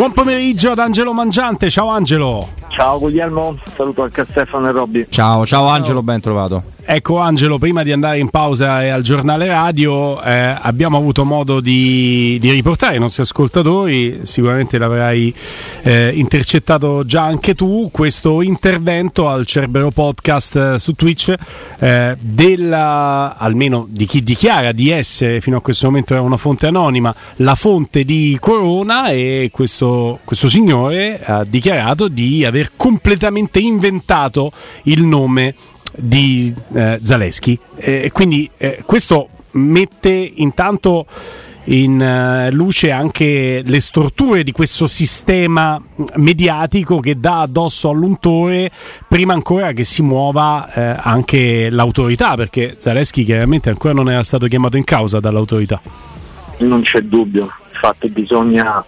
Buon pomeriggio ad Angelo Mangiante, ciao Angelo. Ciao Guglielmo, saluto anche a Stefano e Robby. Ciao Angelo, ben trovato. Ecco Angelo, prima di andare in pausa e al giornale radio abbiamo avuto modo di riportare ai nostri ascoltatori, sicuramente l'avrai intercettato già anche tu, questo intervento al Cerbero Podcast su Twitch almeno di chi dichiara di essere, fino a questo momento era una fonte anonima, la fonte di Corona, e questo signore ha dichiarato di aver completamente inventato il nome di Zalewski, quindi questo mette intanto in luce anche le storture di questo sistema mediatico che dà addosso all'untore prima ancora che si muova anche l'autorità, perché Zalewski chiaramente ancora non era stato chiamato in causa dall'autorità. Non c'è dubbio, infatti bisogna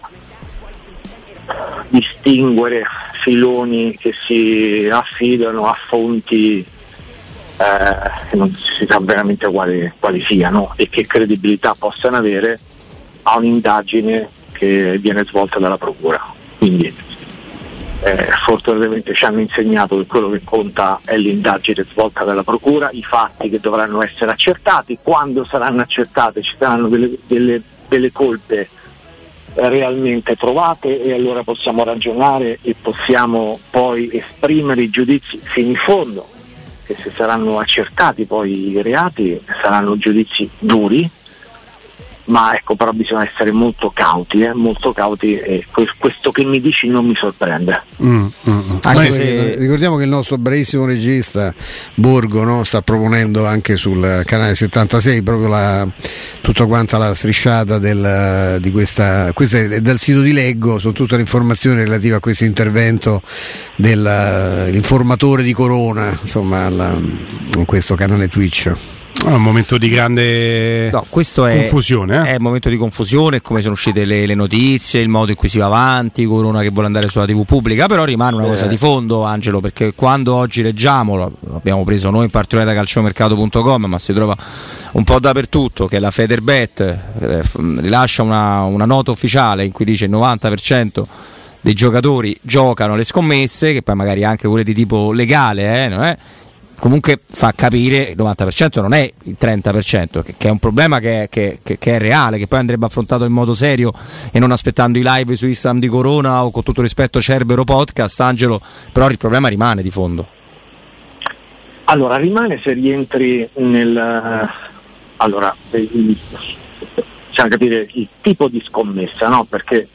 distinguere filoni che si affidano a fonti che non si sa veramente quali siano e che credibilità possano avere a un'indagine che viene svolta dalla procura. Quindi fortunatamente ci hanno insegnato che quello che conta è l'indagine svolta dalla procura, i fatti che dovranno essere accertati, quando saranno accertate ci saranno delle colpe realmente trovate, e allora possiamo ragionare e possiamo poi esprimere i giudizi fino in fondo, che se saranno accertati poi i reati saranno giudizi duri, ma ecco, però bisogna essere molto cauti, e questo che mi dici non mi sorprende. Anche se ricordiamo che il nostro bravissimo regista Borgo, no, sta proponendo anche sul canale 76 proprio tutta quanta la strisciata di questa è dal sito di Leggo, sono tutte le informazioni relative a questo intervento dell'informatore di Corona, insomma, in questo canale Twitch. Un momento di grande confusione. È un momento di confusione, come sono uscite le notizie, il modo in cui si va avanti, Corona che vuole andare sulla TV pubblica, però rimane una cosa di fondo, Angelo, perché quando oggi leggiamo, l'abbiamo preso noi in particolare da calciomercato.com, ma si trova un po' dappertutto, che la Federbet rilascia una nota ufficiale in cui dice il 90% dei giocatori giocano le scommesse, che poi magari anche quelle di tipo legale, non è? Comunque fa capire il 90% non è il 30%, che è un problema che è reale, che poi andrebbe affrontato in modo serio e non aspettando i live su Instagram di Corona o, con tutto rispetto, Cerbero Podcast, Angelo, però il problema rimane di fondo. Allora, rimane se rientri allora, bisogna capire il tipo di scommessa, no? Perché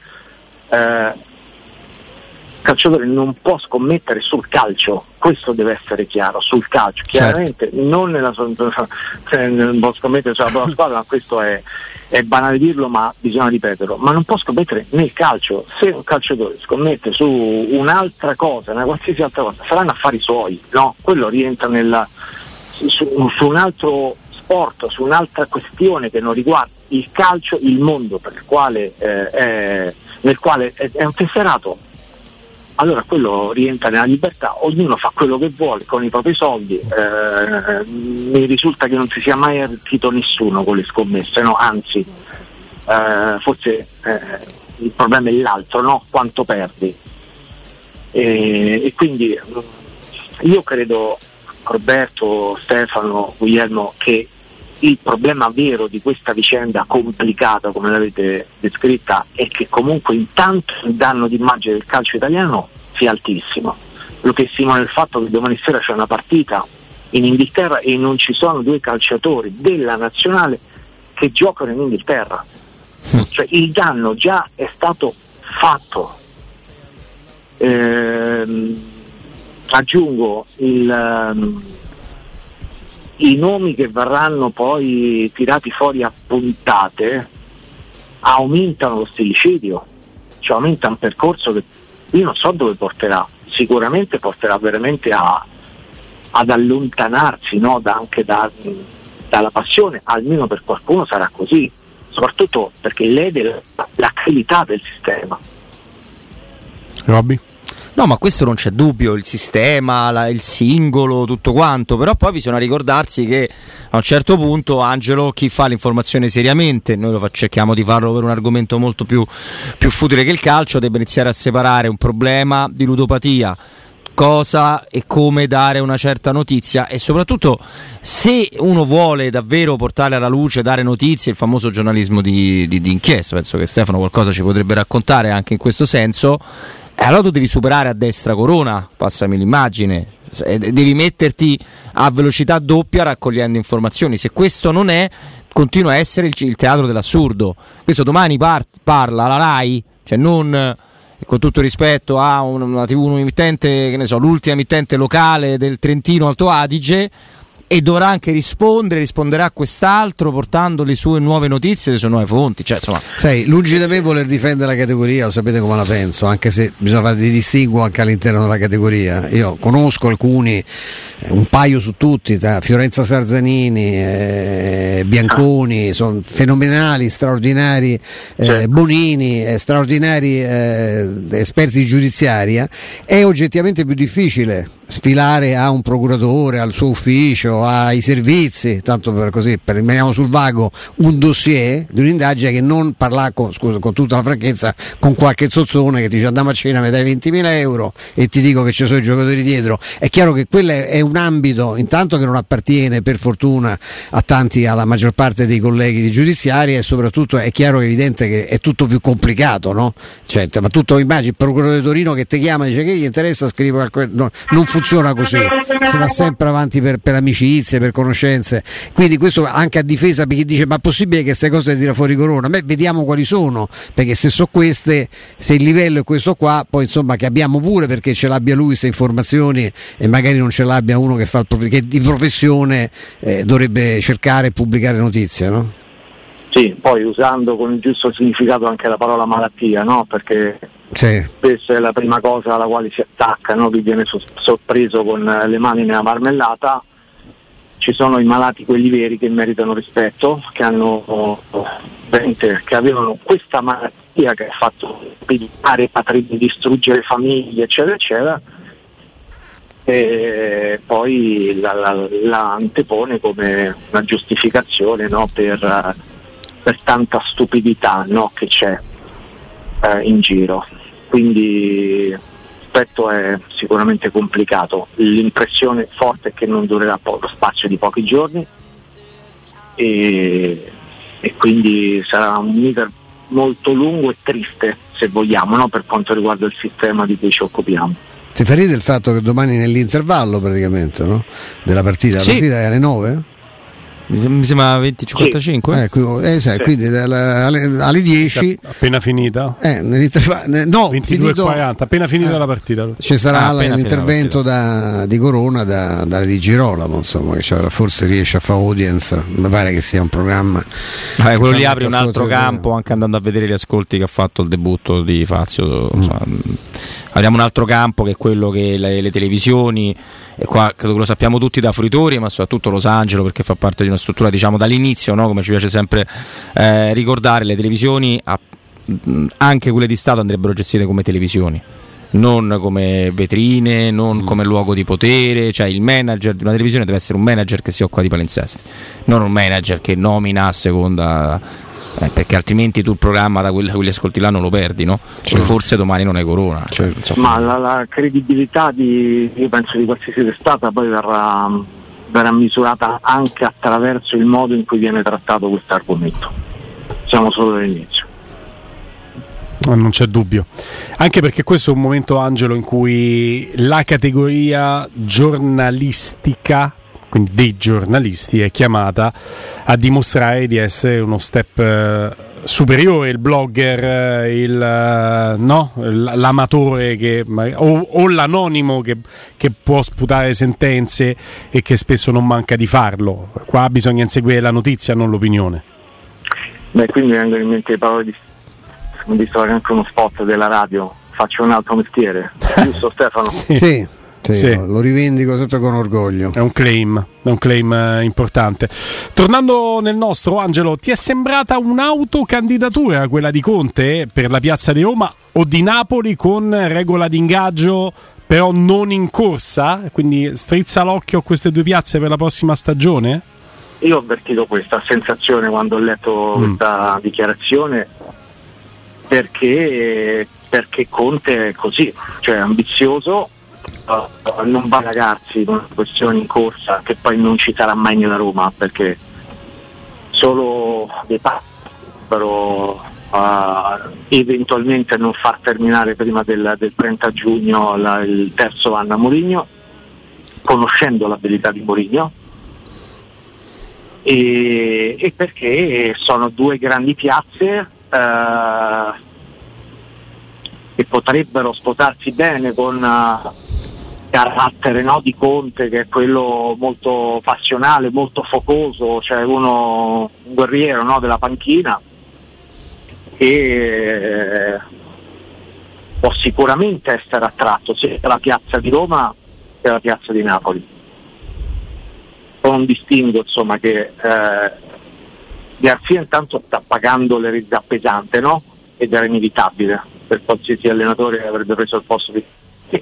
il calciatore non può scommettere sul calcio, questo deve essere chiaro, sul calcio, chiaramente, certo. Non non può scommettere sulla propria squadra, ma questo è banale dirlo, ma bisogna ripeterlo, ma non può scommettere nel calcio. Se un calciatore scommette su un'altra cosa, una qualsiasi altra cosa, saranno affari suoi, no? Quello rientra su un altro sport, su un'altra questione che non riguarda il calcio, il mondo per il quale nel quale è un tesserato. Allora quello rientra nella libertà, ognuno fa quello che vuole con i propri soldi, mi risulta che non si sia mai arricchito nessuno con le scommesse, no? Anzi, forse il problema è l'altro, no? Quanto perdi. E quindi io credo, Roberto, Stefano, Guglielmo, che il problema vero di questa vicenda complicata, come l'avete descritta, è che comunque intanto il danno d'immagine del calcio italiano sia altissimo. Lo che stimola il fatto che domani sera c'è una partita in Inghilterra e non ci sono due calciatori della nazionale che giocano in Inghilterra. Cioè il danno già è stato fatto. Aggiungo i nomi che verranno poi tirati fuori a puntate aumentano lo stillicidio, cioè aumenta un percorso che io non so dove porterà, sicuramente porterà veramente ad allontanarsi, no? Anche dalla passione, almeno per qualcuno sarà così, soprattutto perché lede la qualità del sistema. Robby? No, ma questo non c'è dubbio, il sistema, il singolo, tutto quanto, però poi bisogna ricordarsi che a un certo punto, Angelo, chi fa l'informazione seriamente, noi cerchiamo di farlo per un argomento molto più futile che il calcio, deve iniziare a separare un problema di ludopatia, cosa e come dare una certa notizia, e soprattutto se uno vuole davvero portare alla luce, dare notizie, il famoso giornalismo di inchiesta. Penso che Stefano qualcosa ci potrebbe raccontare anche in questo senso. Allora tu devi superare a destra Corona, passami l'immagine, devi metterti a velocità doppia raccogliendo informazioni. Se questo non è, continua a essere il teatro dell'assurdo. Questo domani parla la Rai, cioè non, con tutto rispetto a una TV, un emittente, che ne so, l'ultima emittente locale del Trentino Alto Adige, e dovrà anche risponderà a quest'altro portando le sue nuove notizie, le sue nuove fonti. Cioè, insomma, sai, lungi da me voler difendere la categoria, lo sapete come la penso, anche se bisogna fare dei distinguo anche all'interno della categoria. Io conosco alcuni, un paio su tutti, Fiorenza Sarzanini, Bianconi, sono fenomenali, straordinari, Bonini, straordinari esperti giudiziaria. È oggettivamente più difficile sfilare a un procuratore, al suo ufficio, ai servizi, tanto per così, rimaniamo sul vago, un dossier di un'indagine, che non parlare con tutta la franchezza con qualche zozzone che ti dice andiamo a cena, mi dai 20.000 euro e ti dico che ci sono i giocatori dietro. È chiaro che quello è un ambito intanto che non appartiene per fortuna alla maggior parte dei colleghi di giudiziaria, e soprattutto è chiaro, evidente che è tutto più complicato, no? Cioè, ma tutto, immagini il procuratore di Torino che ti chiama e dice che gli interessa, scrive no, non funziona così, si va sempre avanti per amicizie, per conoscenze. Quindi questo anche a difesa per chi dice ma è possibile che queste cose le tira fuori Corona? Beh, vediamo quali sono, perché se so queste, se il livello è questo qua, poi insomma che abbiamo pure, perché ce l'abbia lui queste informazioni e magari non ce l'abbia uno che che di professione dovrebbe cercare e pubblicare notizie, no? Sì, poi usando con il giusto significato anche la parola malattia, no? Perché sì, questa è la prima cosa alla quale si attacca, no? Chi viene sorpreso con le mani nella marmellata. Ci sono i malati, quelli veri, che meritano rispetto, che avevano questa malattia che ha fatto pigliare patrimoni, distruggere famiglie, eccetera eccetera, e poi la antepone come una giustificazione, no? per tanta stupidità, no? Che c'è in giro. Quindi l'aspetto è sicuramente complicato. L'impressione forte è che non durerà lo spazio di pochi giorni, e quindi sarà un iter molto lungo e triste, se vogliamo, no? Per quanto riguarda il sistema di cui ci occupiamo. Ti fa ridere il fatto che domani nell'intervallo praticamente, no? Della partita, la partita è alle 9? Mi sembra 20:55. Sai, quindi alle 10 appena finita, no, 22:40, appena finita la partita ci sarà l'intervento di Corona da Di Girolamo, insomma, che forse riesce a fare audience. Mi pare che sia un programma quello lì apre un altro campo, anche andando a vedere gli ascolti che ha fatto il debutto di Fazio. Abbiamo un altro campo che è quello che le televisioni, e qua credo che lo sappiamo tutti da fruitori, ma soprattutto Los Angeles, perché fa parte di una struttura, diciamo, dall'inizio, no? Come ci piace sempre ricordare, le televisioni, anche quelle di Stato, andrebbero gestite come televisioni, non come vetrine, non come luogo di potere. Cioè il manager di una televisione deve essere un manager che si occupa di palinsesti, non un manager che nomina a seconda, perché altrimenti tu il programma da quegli ascolti là non lo perdi, no? Certo. Forse domani non è Corona. Certo. Ma la credibilità io penso di qualsiasi testata poi verrà misurata anche attraverso il modo in cui viene trattato questo argomento. Siamo solo all'inizio. Non c'è dubbio, anche perché questo è un momento, Angelo, in cui la categoria giornalistica, quindi dei giornalisti, è chiamata a dimostrare di essere uno step superiore. Il blogger, l'amatore o l'anonimo che può sputare sentenze e che spesso non manca di farlo. Qua bisogna inseguire la notizia, non l'opinione. Beh, quindi mi vengono in mente le parole di, ho visto anche uno spot della radio, faccio un altro mestiere, giusto Stefano? Sì. Sì. Lo rivendico sempre con orgoglio. È un claim importante. Tornando nel nostro, Angelo, ti è sembrata un'autocandidatura quella di Conte per la Piazza di Roma o di Napoli con regola di ingaggio però non in corsa? Quindi strizza l'occhio a queste due piazze per la prossima stagione? Io ho avvertito questa sensazione quando ho letto questa dichiarazione, perché Conte è così, cioè ambizioso, non va a ragazzi con questioni in corsa che poi non ci sarà mai nella Roma, perché solo dei passi però eventualmente non far terminare prima del 30 giugno il terzo anno a Mourinho, conoscendo l'abilità di Mourinho, e perché sono due grandi piazze che potrebbero sposarsi bene con carattere, no, di Conte, che è quello molto passionale, molto focoso, cioè un guerriero, no, della panchina, che può sicuramente essere attratto sia dalla piazza di Roma che dalla piazza di Napoli, con un distinguo, insomma, che Garzia intanto sta pagando l'eredità pesante, no? Ed era inevitabile per qualsiasi allenatore che avrebbe preso il posto di...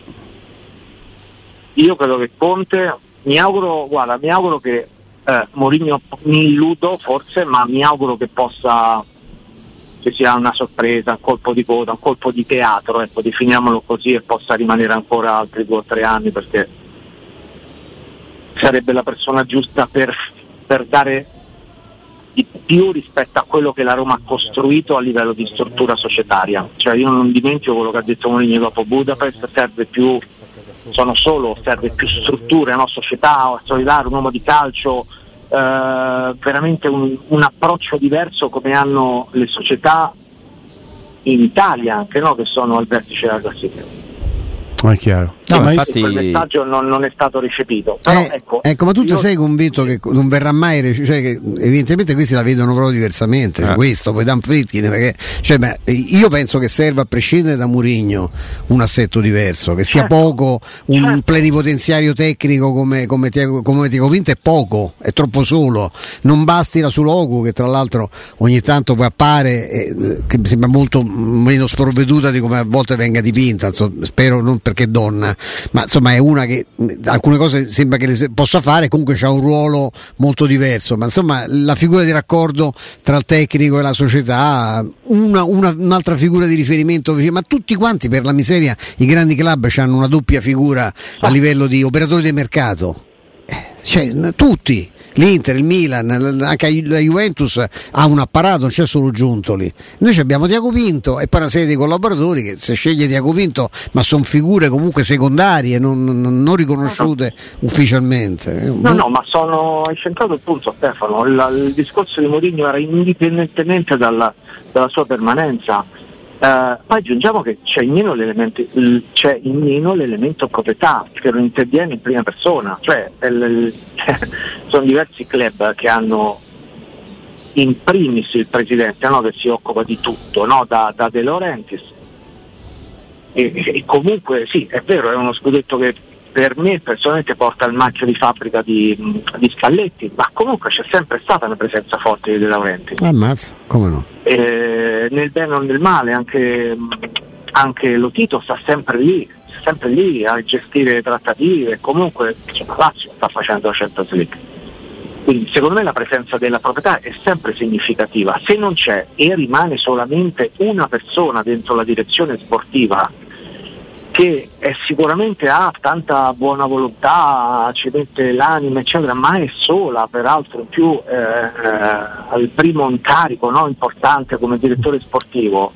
Io credo che Conte, mi auguro che Mourinho, mi illudo forse, ma mi auguro che possa, che sia una sorpresa, un colpo di coda, un colpo di teatro, ecco, definiamolo così, e possa rimanere ancora altri 2 o 3 anni, perché sarebbe la persona giusta per dare di più rispetto a quello che la Roma ha costruito a livello di struttura societaria. Cioè io non dimentico quello che ha detto Mourinho dopo Budapest, serve più strutture, no? Società solidale, un uomo di calcio, veramente un approccio diverso come hanno le società in Italia anche, no? Che sono al vertice della classifica. Ma è chiaro. No, ma infatti quel messaggio non è stato recepito. Però, ecco, ma tu sei convinto che non verrà mai, cioè che evidentemente questi la vedono proprio diversamente, questo, poi Dan Friedkin, perché io penso che serva, a prescindere da Mourinho, un assetto diverso, che sia poco un plenipotenziario tecnico come Tiago Pinto, è poco, è troppo solo, non basti la Suloku, che tra l'altro ogni tanto poi appare, che mi sembra molto meno sprovveduta di come a volte venga dipinta, insomma, spero non perché donna, ma insomma è una che alcune cose sembra che le possa fare, comunque c'ha un ruolo molto diverso, ma insomma la figura di raccordo tra il tecnico e la società, un'altra figura di riferimento, ma tutti quanti, per la miseria, i grandi club hanno una doppia figura a livello di operatori di mercato, cioè tutti. L'Inter, il Milan, anche la Juventus ha un apparato, non c'è solo Giuntoli. Noi abbiamo Tiago Pinto e poi una serie di collaboratori che, se sceglie Tiago Pinto, ma sono figure comunque secondarie, non riconosciute ufficialmente. No, ma hai centrato il punto, Stefano. Il discorso di Mourinho era indipendentemente dalla sua permanenza. Poi aggiungiamo che c'è in meno l'elemento proprietà, che lo interviene in prima persona, cioè sono diversi club che hanno in primis il presidente, no, che si occupa di tutto, no, da De Laurentiis, e comunque sì, è vero, è uno scudetto che per me personalmente porta il marchio di fabbrica di Spalletti, ma comunque c'è sempre stata una presenza forte di De Laurentiis. Ammazza, come no? Nel bene o nel male, anche Lo Tito sta sempre lì a gestire trattative, comunque la Lazio sta facendo la Champions League. Quindi secondo me la presenza della proprietà è sempre significativa. Se non c'è e rimane solamente una persona dentro la direzione sportiva, che sicuramente ha tanta buona volontà, ci mette l'anima eccetera, ma è sola, peraltro in più al primo incarico, no, importante come direttore sportivo,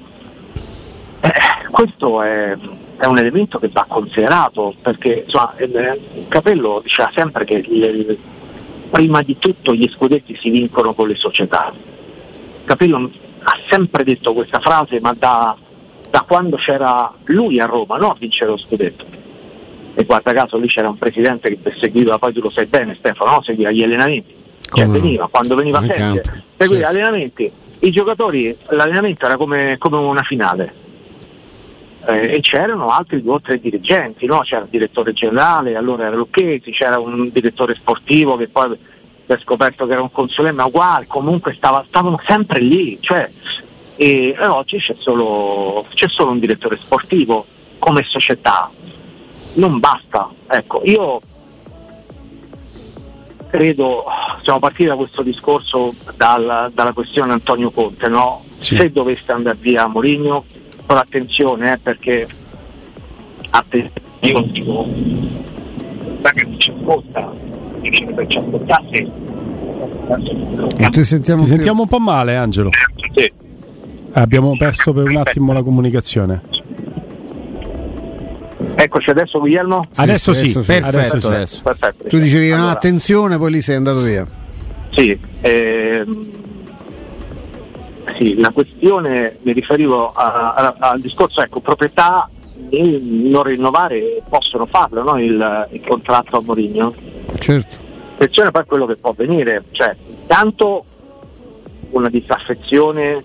questo è un elemento che va considerato, perché insomma, Capello diceva sempre che prima di tutto gli scudetti si vincono con le società. Capello ha sempre detto questa frase, ma da quando c'era lui a Roma, no, a vincere lo scudetto. E guarda caso lì c'era un presidente che seguiva, poi tu lo sai bene Stefano, no? Seguiva gli allenamenti, cioè veniva, quando veniva a seguire gli allenamenti, i giocatori, l'allenamento era come una finale. e c'erano altri 2 o 3 dirigenti, no? C'era il direttore generale, allora era Lucchesi, c'era un direttore sportivo che poi si è scoperto che era un consulente, ma uguale, comunque stavano sempre lì, cioè, e oggi c'è solo un direttore sportivo come società, non basta. Ecco, io credo, siamo partiti da questo discorso dalla questione Antonio Conte, no? Sì. Se dovesse andare via Mourinho, però attenzione, perché io dico che ci ascolta, per ci ascoltasse. Ti sentiamo un po' male, Angelo. Sì. Abbiamo perso per un attimo la comunicazione. Eccoci adesso, Guglielmo? Adesso sì. Perfetto. Perfetto. Tu dicevi allora, attenzione, poi lì sei andato via. Sì, sì, la questione, mi riferivo al discorso, ecco, proprietà non rinnovare, possono farlo, no? il contratto a Mourinho. Certo. Attenzione poi a quello che può avvenire, cioè intanto una disaffezione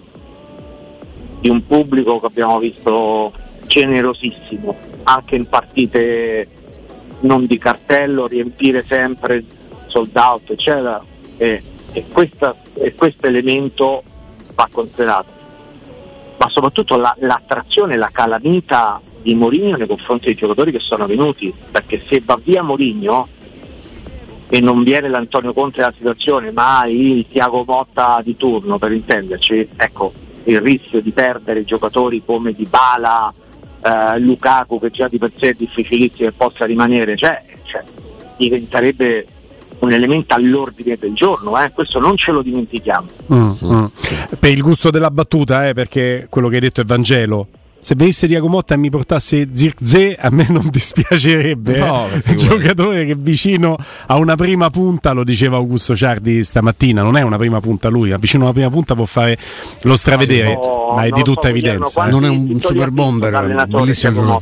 di un pubblico che abbiamo visto generosissimo, anche in partite non di cartello, riempire sempre sold out, eccetera, e questo elemento va considerato, ma soprattutto l'attrazione, la calamita di Mourinho nei confronti dei giocatori che sono venuti, perché se va via Mourinho e non viene l'Antonio Conte della situazione, ma il Thiago Motta di turno, per intenderci, ecco, il rischio di perdere giocatori come Dybala, Lukaku, che già di per sé è difficilissimo che possa rimanere, cioè diventerebbe un elemento all'ordine del giorno, questo non ce lo dimentichiamo. Per il gusto della battuta, perché quello che hai detto è Vangelo. Se venisse Thiago Motta e mi portasse Zirkzee, a me non dispiacerebbe. No, giocatore che vicino a una prima punta, lo diceva Augusto Ciardi stamattina, non è una prima punta lui, ma vicino a una prima punta può fare lo stravedere, ma è di tutta evidenza. Non è un super bomber, bellissimo.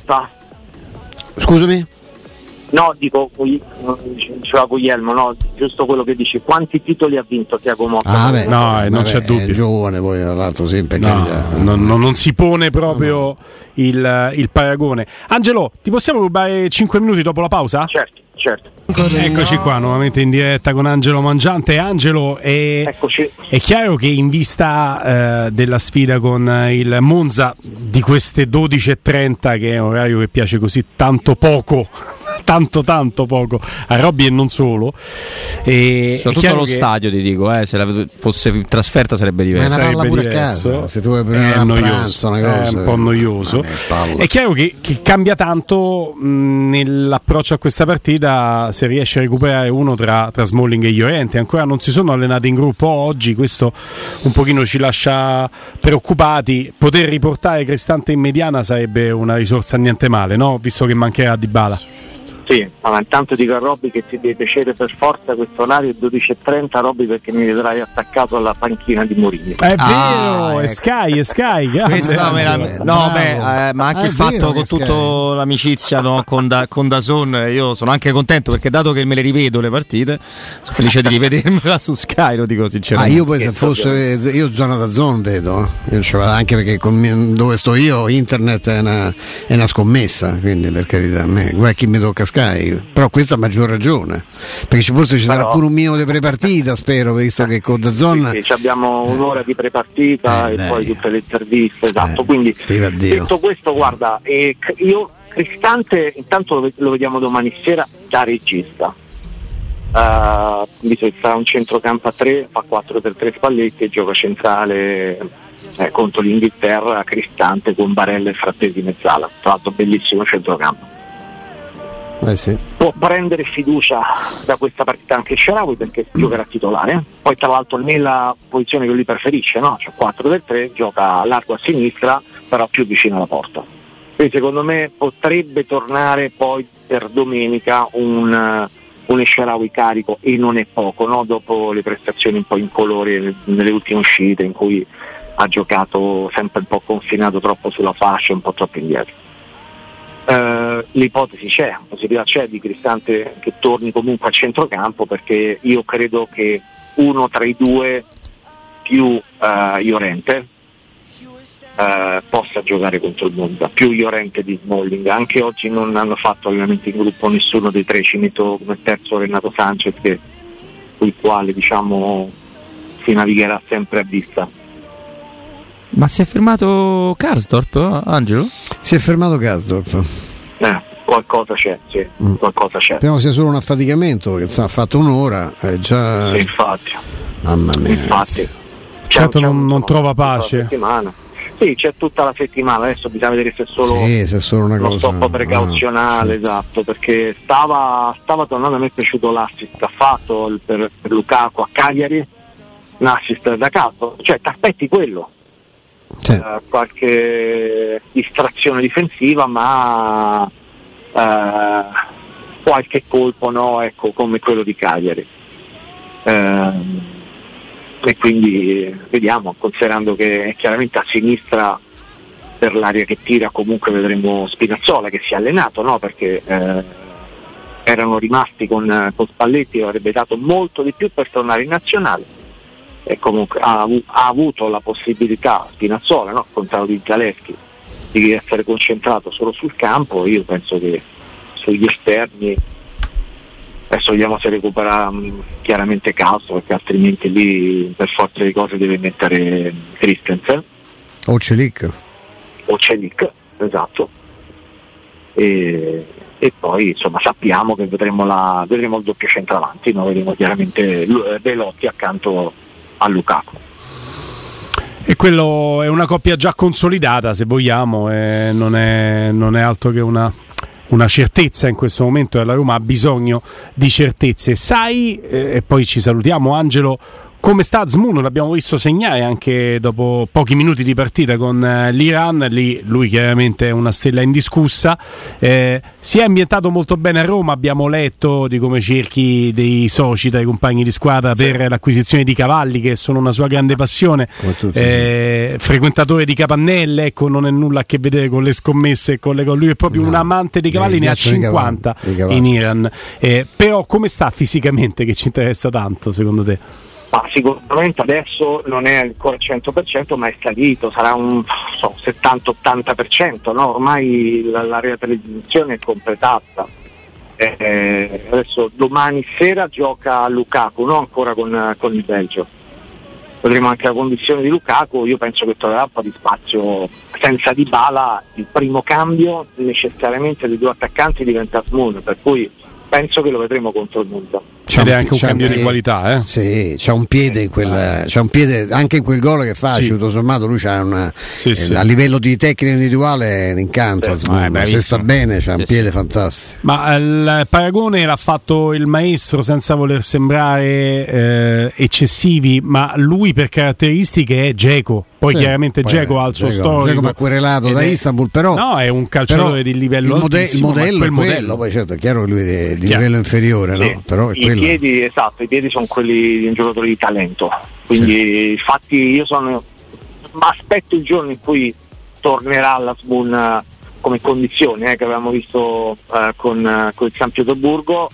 Scusami? No, dico, diceva Guglielmo, no, giusto quello che dici, quanti titoli ha vinto Thiago Motta? Non c'è dubbio. È giovane poi, all'altro sempre. Non si pone proprio il paragone. Angelo, ti possiamo rubare 5 minuti dopo la pausa? Certo. Eccoci qua nuovamente in diretta con Angelo Mangiante. Angelo, è chiaro che in vista della sfida con il Monza di queste 12:30, che è un orario che piace così tanto poco tanto poco a Robby e non solo, e soprattutto allo stadio, ti dico, se fosse in trasferta sarebbe diverso. Ma è una palla pure a casa, se tu vuoi prendere un pranzo, una cosa, è un po' noioso. È chiaro che cambia tanto nell'approccio a questa partita se riesce a recuperare uno tra Smalling e Llorente. Ancora non si sono allenati in gruppo oggi, questo un pochino ci lascia preoccupati. Poter riportare Cristante in mediana sarebbe una risorsa niente male, no? Visto che mancherà Dybala. Sì, ma intanto dico a Robby che ti deve piacere per forza questo orario 12:30, Robby, perché mi vedrai attaccato alla panchina di Mourinho. È vero, è Sky. Ma anche il fatto con tutta l'amicizia, no, con DAZN, io sono anche contento, perché dato che me le rivedo le partite, sono felice di rivedermela su Sky, lo dico sinceramente. Io poi se fosse io zona DAZN vedo, anche perché dove sto io internet è una scommessa, quindi per carità, a me guarda chi mi tocca Sky, però questa a maggior ragione, perché forse ci sarà pure un minuto di prepartita, spero, visto che con DAZN sì, abbiamo un'ora di prepartita e poi tutte le interviste, esatto, quindi detto questo, guarda, io Cristante intanto lo vediamo domani sera da regista, visto che sarà un centrocampo a 3, fa 4-3 Spalletti e gioca centrale contro l'Inghilterra, Cristante con Barella e Frattesi mezzala, tra l'altro bellissimo centrocampo. Sì. Può prendere fiducia da questa partita anche Shaarawy, perché giocherà titolare, poi tra l'altro nella posizione che lui preferisce, no? Cioè 4-3, gioca largo a sinistra, però più vicino alla porta. Quindi secondo me potrebbe tornare poi per domenica un Shaarawy carico, e non è poco, no? Dopo le prestazioni un po' incolore nelle ultime uscite, in cui ha giocato sempre un po' confinato troppo sulla fascia, un po' troppo indietro. L'ipotesi c'è, la possibilità c'è di Cristante che torni comunque a centrocampo, perché io credo che uno tra i due più Llorente possa giocare contro il Monza, più Llorente di Smalling. Anche oggi non hanno fatto allenamenti in gruppo nessuno dei tre, ci metto come terzo Renato Sanchez, il quale diciamo si navigherà sempre a vista. Ma si è fermato Karsdorp, Angelo? Si è fermato Karsdorp. Qualcosa c'è, sì, qualcosa c'è. Speriamo sia solo un affaticamento, perché insomma, ha fatto un'ora, già. Sì, infatti. Mamma mia. Infatti. Certo non trova pace. Sì, c'è tutta la settimana, adesso bisogna vedere se è solo una uno cosa, stop precauzionale, sì. esatto, perché stava tornando, a me è piaciuto l'assist che ha fatto per Lukaku a Cagliari, un assist da capo, cioè ti aspetti quello. Sì. Qualche distrazione difensiva, ma qualche colpo no, ecco, come quello di Cagliari. E quindi vediamo, considerando che chiaramente a sinistra per l'area che tira comunque vedremo Spinazzola che si è allenato, no? Perché erano rimasti con Spalletti, avrebbe dato molto di più per tornare in nazionale, e comunque ha avuto la possibilità Spinazzola, no? Contrario di Zalewski, di essere concentrato solo sul campo. Io penso che sugli esterni adesso vediamo se recupera chiaramente Castro, perché altrimenti lì per forza di cose deve mettere Christensen o Celic, esatto, e poi insomma sappiamo che vedremo il doppio centravanti, no? Vedremo chiaramente Belotti accanto a Lukaku. E quello è una coppia già consolidata, se vogliamo, e non è altro che una certezza in questo momento, e la Roma ha bisogno di certezze. Sai, e poi ci salutiamo, Angelo, come sta Azmoun? L'abbiamo visto segnare anche dopo pochi minuti di partita con l'Iran. Lì lui chiaramente è una stella indiscussa, si è ambientato molto bene a Roma, abbiamo letto di come cerchi dei soci dai compagni di squadra per l'acquisizione di cavalli, che sono una sua grande passione, frequentatore di capannelle, ecco, non è nulla a che vedere con le scommesse, lui è proprio un amante dei cavalli, ne ha 50 in Iran, però come sta fisicamente, che ci interessa tanto secondo te? Ma sicuramente adesso non è ancora al 100%, ma è salito, sarà un 70-80%, no? Ormai la realizzazione è completata. Adesso domani sera gioca Lukaku, non ancora con il Belgio. Vedremo anche la condizione di Lukaku. Io penso che troverà un po' di spazio. Senza Dybala il primo cambio necessariamente dei due attaccanti diventa Azmoun, per cui penso che lo vedremo contro il Monza. Ed è anche un cambio di qualità, Sì, c'ha un piede in c'ha un piede anche in quel gol che fa, sì. Tutto sommato lui c'ha a livello di tecnica individuale un incanto, se sta bene c'ha un piede fantastico. Ma il paragone l'ha fatto il maestro senza voler sembrare eccessivi, ma lui per caratteristiche è Dzeko. Poi chiaramente Dzeko ha il suo storico. Dzeko mi ha querelato da Istanbul, però no, è un calciatore di livello altissimo. Il modello è quello, poi certo è chiaro che lui è di livello inferiore, no? Però è i piedi sono quelli di un giocatore di talento, quindi infatti io aspetto il giorno in cui tornerà l'Azmoun come condizione, che avevamo visto con il San Pietroburgo,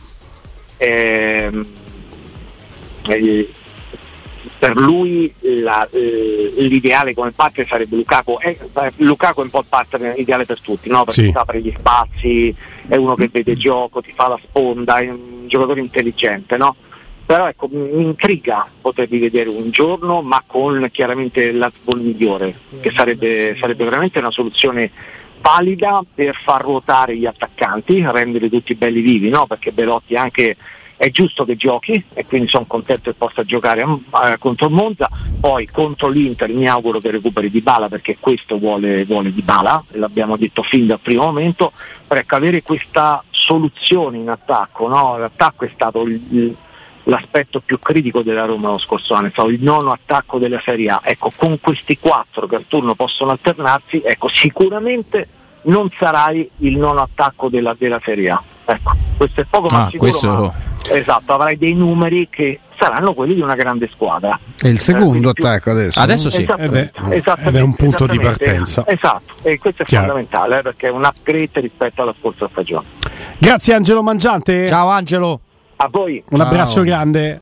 per lui l'ideale come partner sarebbe Lukaku. Lukaku è un po' il partner ideale per tutti, no? Perché sa apre gli spazi, è uno che vede gioco, ti fa la sponda, è un giocatore intelligente, no? Però ecco, mi intriga poterli vedere un giorno, ma con chiaramente l'Azmoun migliore, che sarebbe veramente una soluzione valida per far ruotare gli attaccanti, renderli tutti belli vivi, no? Perché Belotti anche è giusto che giochi, e quindi sono contento che possa giocare contro il Monza. Poi contro l'Inter mi auguro che recuperi Dybala, perché questo vuole Dybala, l'abbiamo detto fin dal primo momento, per avere questa soluzione in attacco, no? L'attacco è stato l'aspetto più critico della Roma lo scorso anno, è stato il nono attacco della Serie A. Ecco, con questi 4 che al turno possono alternarsi, ecco, sicuramente non sarai il nono attacco della Serie A. Ecco, questo è poco ma sicuro, esatto, avrai dei numeri che saranno quelli di una grande squadra. È il secondo attacco adesso sì. Ed è un punto di partenza. Esatto, e questo è fondamentale, perché è un upgrade rispetto alla scorsa stagione. Grazie Angelo Mangiante. Ciao Angelo. A voi. Un abbraccio grande.